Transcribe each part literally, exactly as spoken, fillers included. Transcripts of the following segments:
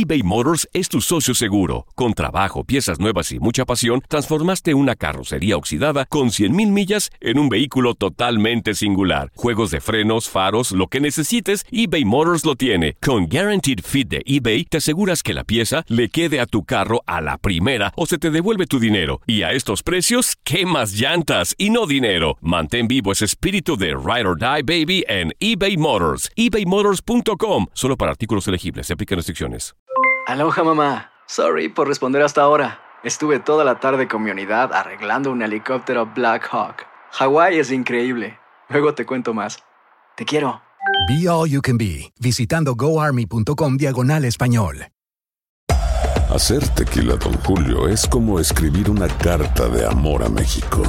eBay Motors es tu socio seguro. Con trabajo, piezas nuevas y mucha pasión, transformaste una carrocería oxidada con cien mil millas en un vehículo totalmente singular. Juegos de frenos, faros, lo que necesites, eBay Motors lo tiene. Con Guaranteed Fit de eBay, te aseguras que la pieza le quede a tu carro a la primera o se te devuelve tu dinero. Y a estos precios, ¿qué más llantas y no dinero? Mantén vivo ese espíritu de Ride or Die, baby, en eBay Motors. ebay motors punto com. Solo para artículos elegibles. Se aplican restricciones. Aloha, mamá. Sorry por responder hasta ahora. Estuve toda la tarde con mi unidad arreglando un helicóptero Black Hawk. Hawái es increíble. Luego te cuento más. Te quiero. Be All You Can Be, visitando goarmy.com diagonal español. Hacer tequila Don Julio es como escribir una carta de amor a México.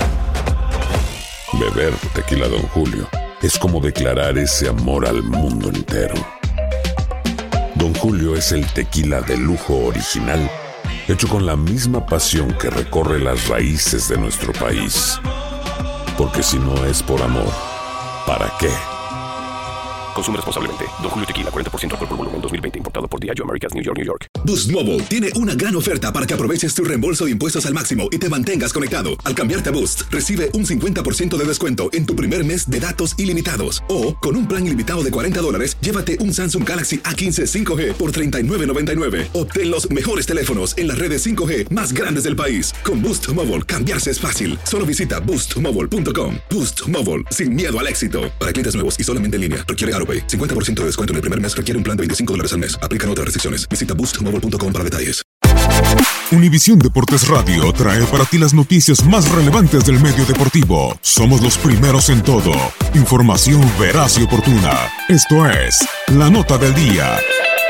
Beber tequila Don Julio es como declarar ese amor al mundo entero. Don Julio es el tequila de lujo original, hecho con la misma pasión que recorre las raíces de nuestro país. Porque si no es por amor, ¿para qué? Consume responsablemente. Don Julio Tequila, cuarenta por ciento alcohol por volumen, dos mil veinte, importado por Diageo Americas, New York, New York. Boost Mobile tiene una gran oferta para que aproveches tu reembolso de impuestos al máximo y te mantengas conectado. Al cambiarte a Boost, recibe un cincuenta por ciento de descuento en tu primer mes de datos ilimitados. O, con un plan ilimitado de cuarenta dólares, llévate un Samsung Galaxy A quince cinco G por treinta y nueve noventa y nueve. Obtén los mejores teléfonos en las redes cinco G más grandes del país. Con Boost Mobile, cambiarse es fácil. Solo visita boost mobile punto com. Boost Mobile, sin miedo al éxito. Para clientes nuevos y solamente en línea, requiere AutoPay. cincuenta por ciento de descuento en el primer mes requiere un plan de veinticinco dólares al mes. Aplican otras restricciones. Visita boost mobile punto com para detalles. Univisión Deportes Radio trae para ti las noticias más relevantes del medio deportivo. Somos los primeros en todo. Información veraz y oportuna. Esto es La Nota del Día.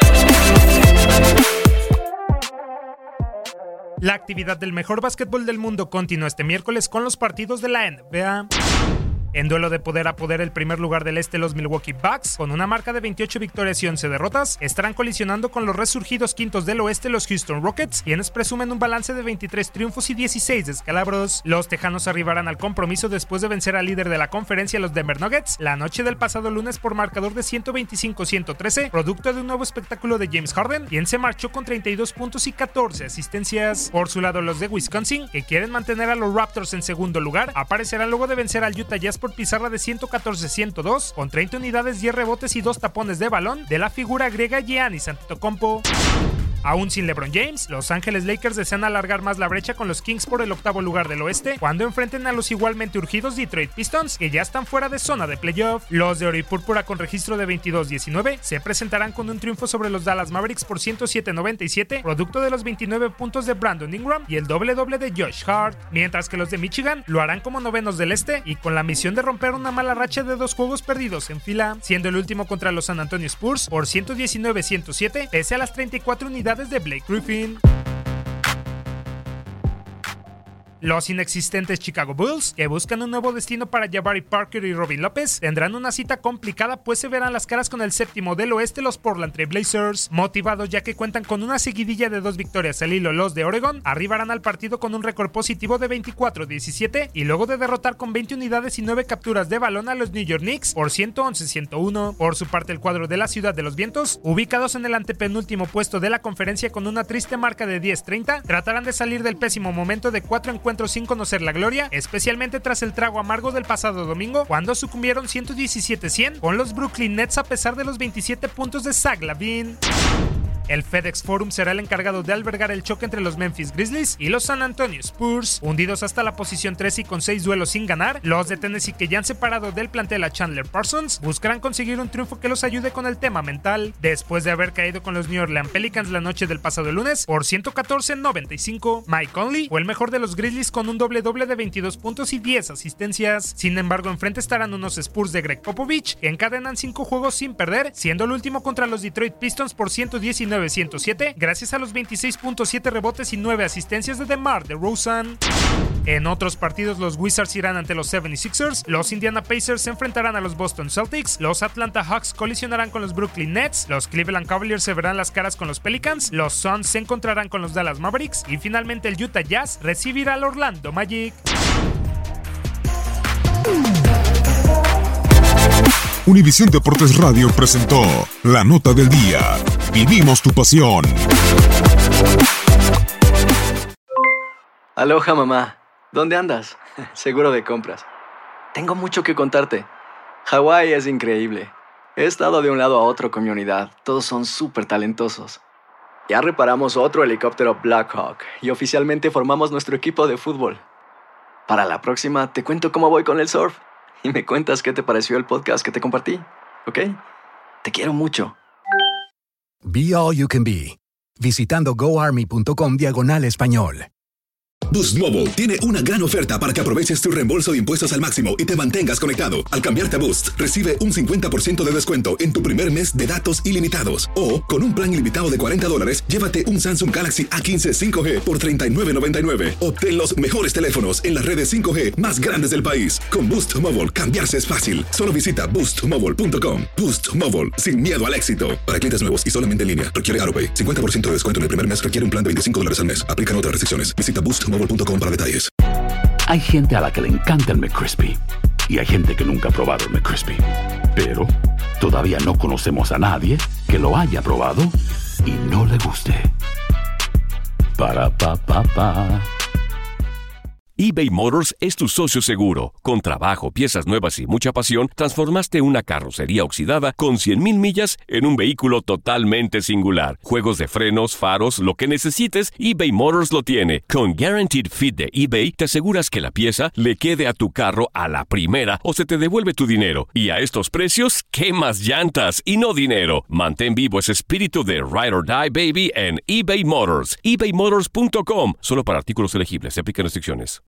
La actividad del mejor básquetbol del mundo continúa este miércoles con los partidos de la N B A. En duelo de poder a poder, el primer lugar del este, los Milwaukee Bucks, con una marca de veintiocho victorias y once derrotas, estarán colisionando con los resurgidos quintos del oeste, los Houston Rockets, quienes presumen un balance de veintitrés triunfos y dieciséis descalabros. Los tejanos arribarán al compromiso después de vencer al líder de la conferencia, los Denver Nuggets, la noche del pasado lunes por marcador de ciento veinticinco a ciento trece, producto de un nuevo espectáculo de James Harden, quien se marchó con treinta y dos puntos y catorce asistencias. Por su lado, los de Wisconsin, que quieren mantener a los Raptors en segundo lugar, aparecerán luego de vencer al Utah Jazz por pizarra de ciento catorce a ciento dos, con treinta unidades, diez rebotes y dos tapones de balón de la figura griega Giannis Antetokounmpo. Aún sin LeBron James, Los Ángeles Lakers desean alargar más la brecha con los Kings por el octavo lugar del oeste, cuando enfrenten a los igualmente urgidos Detroit Pistons, que ya están fuera de zona de playoff. Los de Oripúrpura, con registro de veintidós diecinueve, se presentarán con un triunfo sobre los Dallas Mavericks por ciento siete a noventa y siete, producto de los veintinueve puntos de Brandon Ingram y el doble doble de Josh Hart, mientras que los de Michigan lo harán como novenos del este y con la misión de romper una mala racha de dos juegos perdidos en fila, siendo el último contra los San Antonio Spurs por ciento diecinueve a ciento siete, pese a las treinta y cuatro unidades de Blake Griffin. Los inexistentes Chicago Bulls, que buscan un nuevo destino para Jabari Parker y Robin López, tendrán una cita complicada, pues se verán las caras con el séptimo del oeste, los Portland Trail Blazers. Motivados ya que cuentan con una seguidilla de dos victorias al hilo, los de Oregon arribarán al partido con un récord positivo de veinticuatro a diecisiete y luego de derrotar con veinte unidades y nueve capturas de balón a los New York Knicks por ciento once a ciento uno. Por su parte, el cuadro de la Ciudad de los Vientos, ubicados en el antepenúltimo puesto de la conferencia con una triste marca de diez a treinta, tratarán de salir del pésimo momento de cuatro encuentros sin conocer la gloria, especialmente tras el trago amargo del pasado domingo, cuando sucumbieron ciento diecisiete a cien con los Brooklyn Nets a pesar de los veintisiete puntos de Zach LaVine. El FedEx Forum será el encargado de albergar el choque entre los Memphis Grizzlies y los San Antonio Spurs. Hundidos hasta la posición trece y con seis duelos sin ganar, los de Tennessee, que ya han separado del plantel a Chandler Parsons, buscarán conseguir un triunfo que los ayude con el tema mental, después de haber caído con los New Orleans Pelicans la noche del pasado lunes por ciento catorce a noventa y cinco. Mike Conley fue el mejor de los Grizzlies con un doble doble de veintidós puntos y diez asistencias. Sin embargo, enfrente estarán unos Spurs de Greg Popovich, que encadenan cinco juegos sin perder, siendo el último contra los Detroit Pistons por ciento diecinueve a ciento siete, gracias a los veintiséis punto siete rebotes y nueve asistencias de DeMar DeRozan. En otros partidos, los Wizards irán ante los setenta y seis ers, los Indiana Pacers se enfrentarán a los Boston Celtics, los Atlanta Hawks colisionarán con los Brooklyn Nets, los Cleveland Cavaliers se verán las caras con los Pelicans, los Suns se encontrarán con los Dallas Mavericks y finalmente el Utah Jazz recibirá al Orlando Magic. Univisión Deportes Radio presentó la nota del día. Vivimos tu pasión. Aloha, mamá. ¿Dónde andas? Seguro de compras. Tengo mucho que contarte. Hawái es increíble. He estado de un lado a otro con mi unidad. Todos son súper talentosos. Ya reparamos otro helicóptero Black Hawk y oficialmente formamos nuestro equipo de fútbol. Para la próxima te cuento cómo voy con el surf y me cuentas qué te pareció el podcast que te compartí, ¿ok? Te quiero mucho. Be All You Can Be, visitando goarmy.com diagonal español. Boost Mobile tiene una gran oferta para que aproveches tu reembolso de impuestos al máximo y te mantengas conectado. Al cambiarte a Boost, recibe un cincuenta por ciento de descuento en tu primer mes de datos ilimitados. O, con un plan ilimitado de cuarenta dólares, llévate un Samsung Galaxy A quince cinco G por treinta y nueve noventa y nueve. Obtén los mejores teléfonos en las redes cinco G más grandes del país. Con Boost Mobile, cambiarse es fácil. Solo visita boost mobile punto com. Boost Mobile, sin miedo al éxito. Para clientes nuevos y solamente en línea, requiere AutoPay. cincuenta por ciento de descuento en el primer mes requiere un plan de veinticinco dólares al mes. Aplican otras restricciones. Visita boost mobile punto com para detalles. Hay gente a la que le encanta el McCrispy y hay gente que nunca ha probado el McCrispy. Pero todavía no conocemos a nadie que lo haya probado y no le guste. Para pa pa pa. eBay Motors es tu socio seguro. Con trabajo, piezas nuevas y mucha pasión, transformaste una carrocería oxidada con cien mil millas en un vehículo totalmente singular. Juegos de frenos, faros, lo que necesites, eBay Motors lo tiene. Con Guaranteed Fit de eBay, te aseguras que la pieza le quede a tu carro a la primera o se te devuelve tu dinero. Y a estos precios, ¿qué más llantas y no dinero? Mantén vivo ese espíritu de Ride or Die, baby, en eBay Motors. ebay motors punto com. Solo para artículos elegibles. Se aplican restricciones.